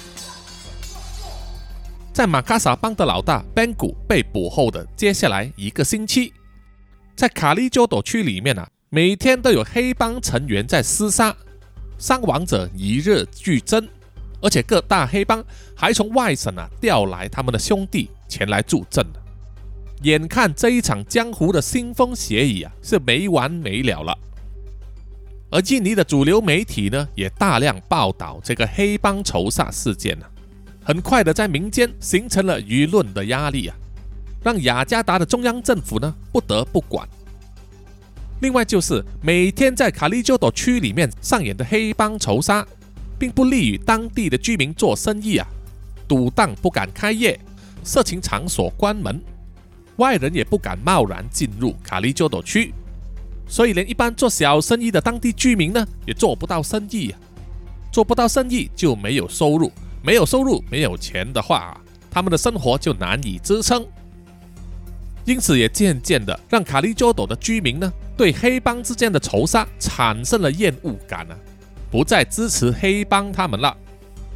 Speaker 1: 在马卡萨邦的老大 Bengu 被捕后的接下来一个星期，在卡利鸠斗区里面啊，每天都有黑帮成员在厮杀，伤亡者一日俱增，而且各大黑帮还从外省啊调来他们的兄弟前来助阵。眼看这一场江湖的腥风血雨啊是没完没了了。而印尼的主流媒体呢，也大量报道这个黑帮仇杀事件啊，很快的在民间形成了舆论的压力啊，让雅加达的中央政府呢不得不管。另外就是每天在卡利鸠斗区里面上演的黑帮仇杀，并不利于当地的居民做生意啊，赌档不敢开业，色情场所关门，外人也不敢贸然进入卡利鸠斗区，所以连一般做小生意的当地居民呢，也做不到生意啊，做不到生意就没有收入，没有收入没有钱的话，他们的生活就难以支撑。因此也渐渐的让卡利鸠斗的居民呢，对黑帮之间的仇杀产生了厌恶感啊，不再支持黑帮他们了。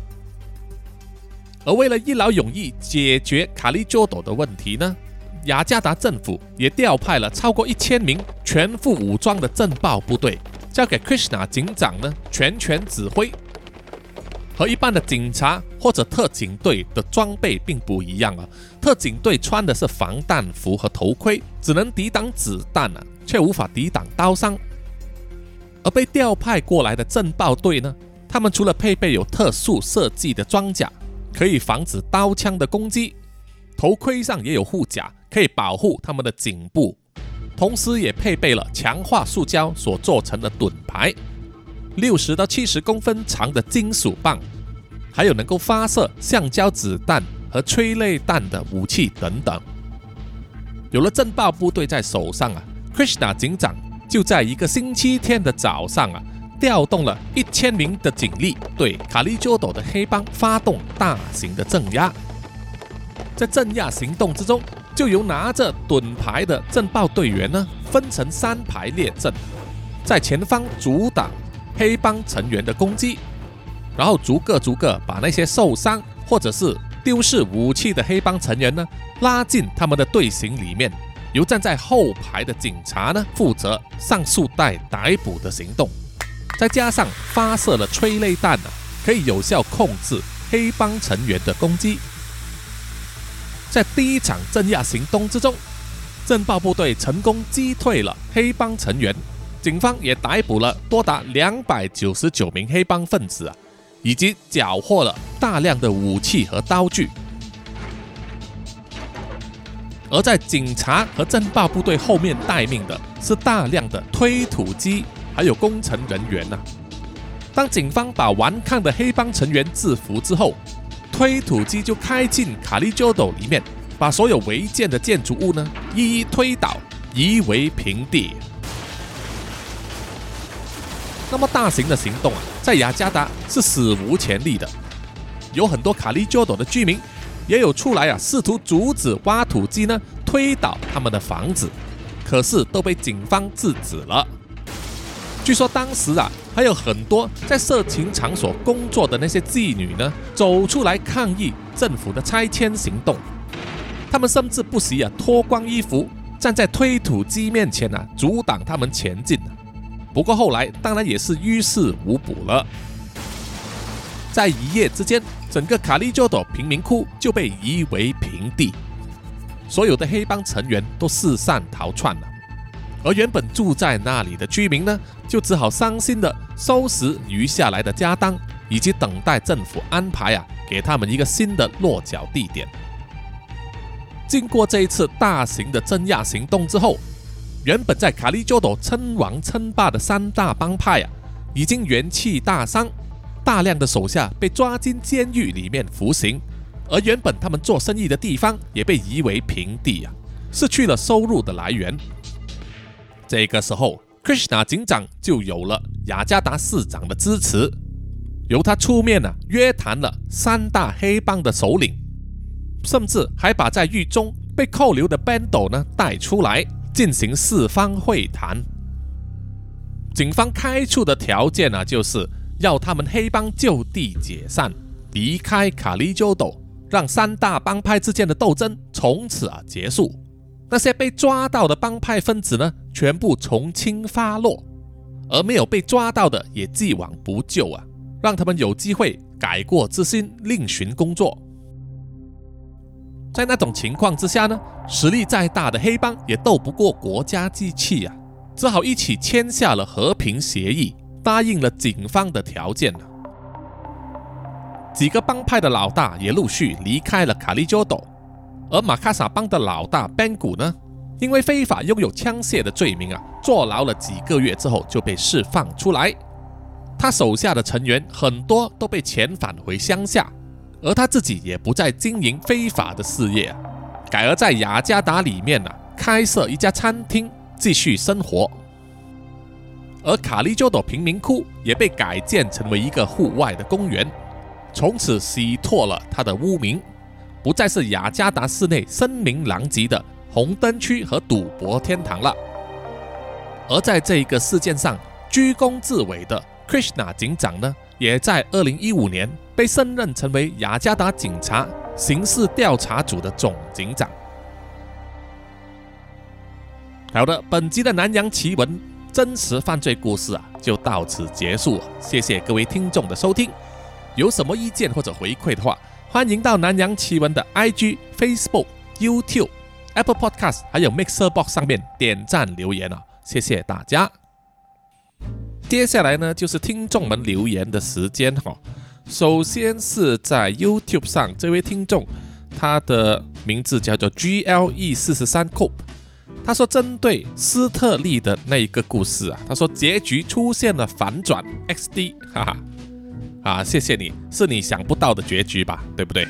Speaker 1: 而为了一劳永逸解决卡利鸠斗的问题呢，雅加达政府也调派了超过一千名全副武装的政报部队，交给 Krishna 警长呢全权指挥。和一般的警察或者特警队的装备并不一样啊。特警队穿的是防弹服和头盔，只能抵挡子弹啊，却无法抵挡刀伤。而被调派过来的震爆队呢，他们除了配备有特殊设计的装甲，可以防止刀枪的攻击，头盔上也有护甲，可以保护他们的颈部，同时也配备了强化塑胶所做成的盾牌，六十到七十公分长的金属棒，还有能够发射橡胶子弹和催泪弹的武器等等。有了震爆部队在手上啊 ，Krishna 警长就在一个星期天的早上啊，调动了一千名的警力，对卡利鸠斗的黑帮发动大型的镇压。在镇压行动之中，就由拿着盾牌的震爆队员呢，分成三排列阵，在前方阻挡黑帮成员的攻击，然后逐个逐个把那些受伤或者是丢失武器的黑帮成员呢，拉进他们的队形里面。由站在后排的警察呢，负责上束带逮捕的行动，再加上发射了催泪弹啊，可以有效控制黑帮成员的攻击。在第一场镇压行动之中，震爆部队成功击退了黑帮成员，警方也逮捕了多达两百九十九名黑帮分子啊，以及缴获了大量的武器和刀具。而在警察和震爆部队后面待命的是大量的推土机还有工程人员啊。当警方把顽抗的黑帮成员制服之后，推土机就开进卡利鸠斗里面，把所有违建的建筑物呢一一推倒，夷为平地。那么大型的行动啊，在雅加达是史无前例的，有很多卡利鸠斗的居民也有出来啊，试图阻止挖土机呢推倒他们的房子，可是都被警方制止了。据说当时啊，还有很多在色情场所工作的那些妓女呢，走出来抗议政府的拆迁行动。他们甚至不惜啊脱光衣服，站在推土机面前啊，阻挡他们前进。不过后来当然也是于事无补了。在一夜之间，整个卡利鸠斗贫民窟就被夷为平地，所有的黑帮成员都四散逃窜了。而原本住在那里的居民呢，就只好伤心地收拾余下来的家当，以及等待政府安排啊，给他们一个新的落脚地点。经过这一次大型的镇压行动之后，原本在卡利鸠斗称王称霸的三大帮派啊，已经元气大伤，大量的手下被抓进监狱里面服刑，而原本他们做生意的地方也被夷为平地啊，失去了收入的来源。这个时候 Krishna 警长就有了雅加达市长的支持，由他出面啊，约谈了三大黑帮的首领，甚至还把在狱中被扣留的 Bando 呢带出来进行四方会谈。警方开出的条件啊，就是要他们黑帮就地解散，离开卡利鸠斗，让三大帮派之间的斗争从此啊结束。那些被抓到的帮派分子呢，全部从轻发落，而没有被抓到的也既往不咎啊，让他们有机会改过自新，另寻工作。在那种情况之下呢，实力再大的黑帮也斗不过国家机器啊，只好一起签下了和平协议，答应了警方的条件。几个帮派的老大也陆续离开了卡利鸠斗，而马卡萨帮的老大 Bengu 呢，因为非法拥有枪械的罪名啊，坐牢了几个月之后就被释放出来。他手下的成员很多都被遣返回乡下，而他自己也不再经营非法的事业啊，改而在雅加达里面啊开设一家餐厅继续生活。而卡利鸠斗贫民窟也被改建成为一个户外的公园，从此洗脱了他的污名，不再是雅加达市内声名狼藉的红灯区和赌博天堂了。而在这一个事件上居功至伟的 Krishna 警长呢，也在二零一五年被升任成为雅加达警察刑事调查组的总警长。好的，本集的南洋奇闻真实犯罪故事啊，就到此结束了。谢谢各位听众的收听。 有什么意见或者回馈的话，欢迎到南洋奇闻的 I G、Facebook、YouTube、Apple Podcast 还有 Mixer Box 上面点赞留言啊，谢谢大家。接下来呢，就是听众们留言的时间哈。首先是在 YouTube 上，这位听众他的名字叫做 G L E 四十三 Cope， 他说针对斯特利的那一个故事啊，他说结局出现了反转 X D， 哈哈。啊，谢谢你，是你想不到的结局吧，对不对？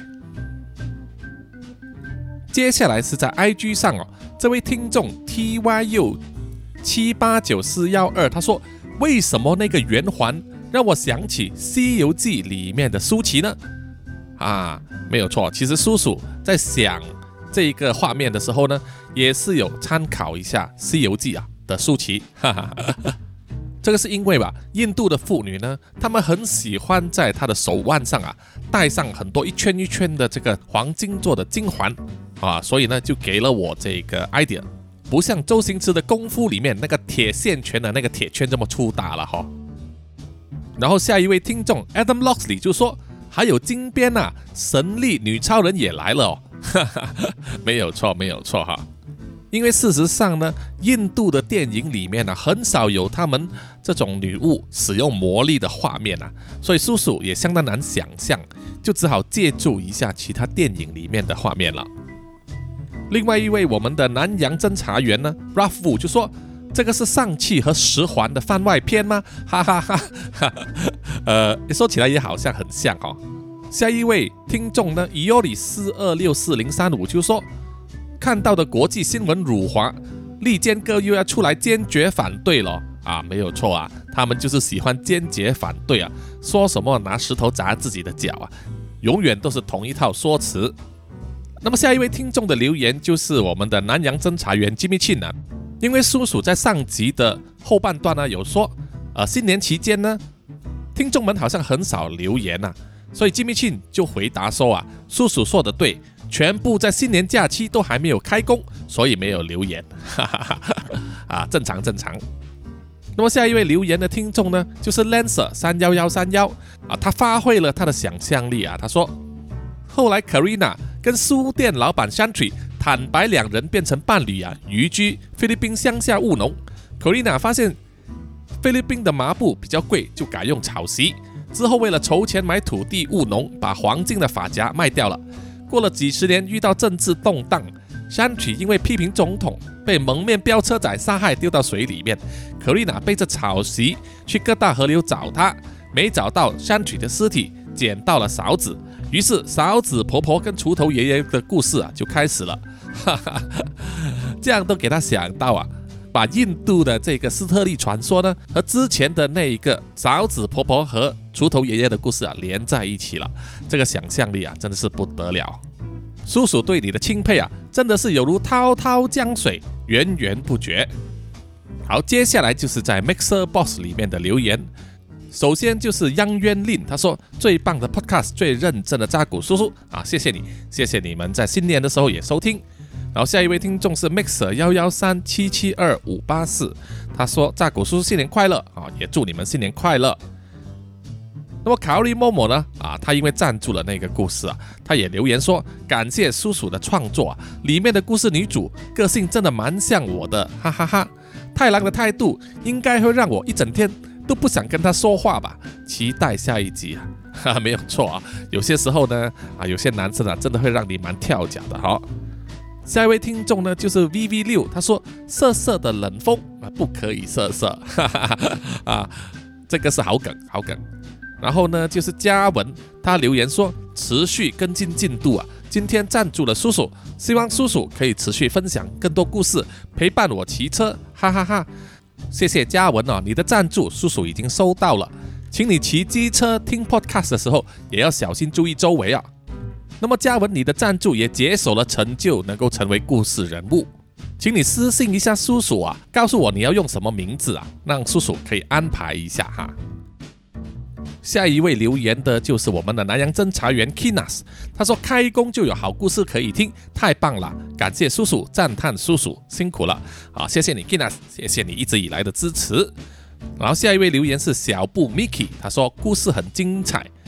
Speaker 1: 接下来是在 I G 上哦，这位听众 T Y U 七八九四一二，他说为什么那个圆环让我想起《西游记》里面的舒淇呢？啊，没有错，其实叔叔在想这一个画面的时候呢，也是有参考一下《西游记》啊的舒淇，哈哈哈哈。这个是因为吧，印度的妇女呢，她们很喜欢在她的手腕上啊戴上很多一圈一圈的这个黄金做的金环啊，所以呢就给了我这个 idea， 不像周星驰的功夫里面那个铁线拳的那个铁圈这么粗大了哈。然后下一位听众 Adam Loxley 就说，还有金边啊，神力女超人也来了哦，哈哈，没有错，没有错哈。因为事实上呢，印度的电影里面呢、啊，很少有他们这种女巫使用魔力的画面啊，所以叔叔也相当难想象，就只好借助一下其他电影里面的画面了。另外一位我们的南洋侦查员呢 ，Ralph 就说，这个是上汽和十环的番外篇吗？哈哈哈哈，呃，说起来也好像很像哦。下一位听众呢 ，Iori 四二六四零三五就说，看到的国际新闻辱华，利坚哥又要出来坚决反对了啊！没有错啊，他们就是喜欢坚决反对啊，说什么拿石头砸自己的脚啊，永远都是同一套说辞。那么下一位听众的留言就是我们的南洋侦查员 Jimmy Chin 啊，因为叔叔在上集的后半段呢有说，呃，新年期间呢，听众们好像很少留言啊，所以 Jimmy Chin 就回答说啊，叔叔说的对。全部在新年假期都还没有开工，所以没有留言，哈哈哈哈啊，正常正常。那么下一位留言的听众呢，就是 Lancer 三一一三一啊，他发挥了他的想象力啊，他说，后来 Karina 跟书店老板 Shantry 坦白两人变成伴侣啊，移居菲律宾乡下务农。Karina 发现菲律宾的麻布比较贵，就改用草席。之后为了筹钱买土地务农，把黄金的发夹卖掉了。过了几十年，遇到政治动荡，山曲因为批评总统，被蒙面飙车仔杀害，丢到水里面。可丽娜背着草席去各大河流找他，没找到山曲的尸体，捡到了勺子。于是勺子婆婆跟锄头爷爷的故事啊就开始了，哈哈，这样都给他想到啊，把印度的这个斯特利传说呢，和之前的那一个勺子婆婆和锄头爷爷的故事啊连在一起了，这个想象力啊真的是不得了。叔叔对你的钦佩啊，真的是有如滔滔江水，源源不绝。好，接下来就是在 Mixer Box 里面的留言。首先就是央渊令，他说最棒的 podcast， 最认真的扎古叔叔啊，谢谢你，谢谢你们在新年的时候也收听。然后下一位听众是 Mixer 一一三七七二五八四，他说扎古叔叔新年快乐啊，也祝你们新年快乐。那么卡里默默呢啊，他因为赞助了那个故事啊，他也留言说感谢叔叔的创作啊，里面的故事女主个性真的蛮像我的，哈哈哈哈。太郎的态度应该会让我一整天都不想跟他说话吧，期待下一集啊，哈哈，没有错啊，有些时候呢啊，有些男生啊真的会让你蛮跳脚的哈。下一位听众呢就是 V V 六，他说涩涩的冷风啊，不可以涩涩，哈哈哈啊，这个是好梗好梗。然后呢，就是嘉文，他留言说持续跟进进度啊，今天赞助了叔叔，希望叔叔可以持续分享更多故事，陪伴我骑车，哈哈哈哈。谢谢嘉文哦，你的赞助叔叔已经收到了，请你骑机车听 podcast 的时候也要小心注意周围啊。那么嘉文，你的赞助也解锁了成就，能够成为故事人物，请你私信一下叔叔啊，告诉我你要用什么名字啊，让叔叔可以安排一下哈。下一位留言的就是我们的南洋侦查员 Kinas， 他说开工就有好故事可以听，太棒了，感谢叔叔，赞叹叔叔辛苦了，好，谢谢你 Kinas， 谢谢你一直以来的支持。然后下一位留言是小布 Mickey， 他说故事很精彩，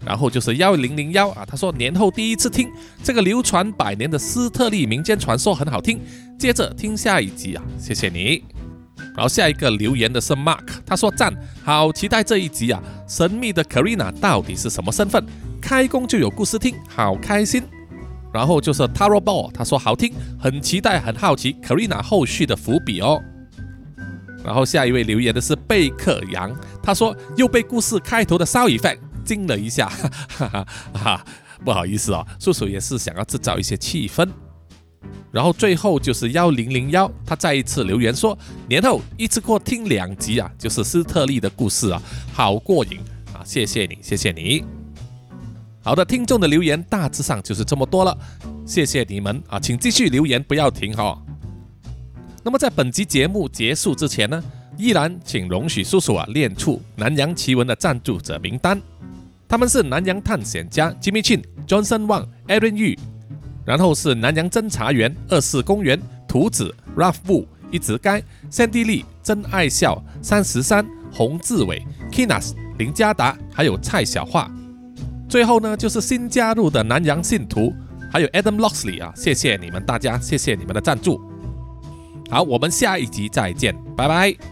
Speaker 1: 然后就是一零零一啊，他说年后第一次听这个流传百年的斯特利民间传说很好听，接着听下一集啊，谢谢你。然后下一个留言的是 Mark， 他说赞，好期待这一集啊，神秘的 Karina 到底是什么身份？开工就有故事听，好开心。然后就是 Taro Ball， 他说好听，很期待，很好奇 Karina 后续的伏笔哦。然后下一位留言的是贝克杨，他说又被故事开头的sound effect惊了一下，哈哈哈哈，不好意思哦，叔叔也是想要制造一些气氛。然后最后就是一零零一，他再一次留言说年后一次过听两集啊，就是斯特利的故事啊，好过瘾啊，谢谢你，谢谢你。好的，听众的留言大致上就是这么多了，谢谢你们啊，请继续留言，不要停哈、哦。那么在本集节目结束之前呢，依然请容许叔叔啊念出南洋奇闻的赞助者名单，他们是南洋探险家 Jimmy Chin、Johnson Wang、Aaron Yu， 然后是南洋侦查员二四公园、图子、Ralph Wu、一直该、Sandy Lee、真爱笑、三十三、洪志伟、Kinas、林家达，还有蔡小桦。最后呢，就是新加入的南洋信徒，还有 Adam Loxley 啊，谢谢你们大家，谢谢你们的赞助。好，我们下一集再见，拜拜。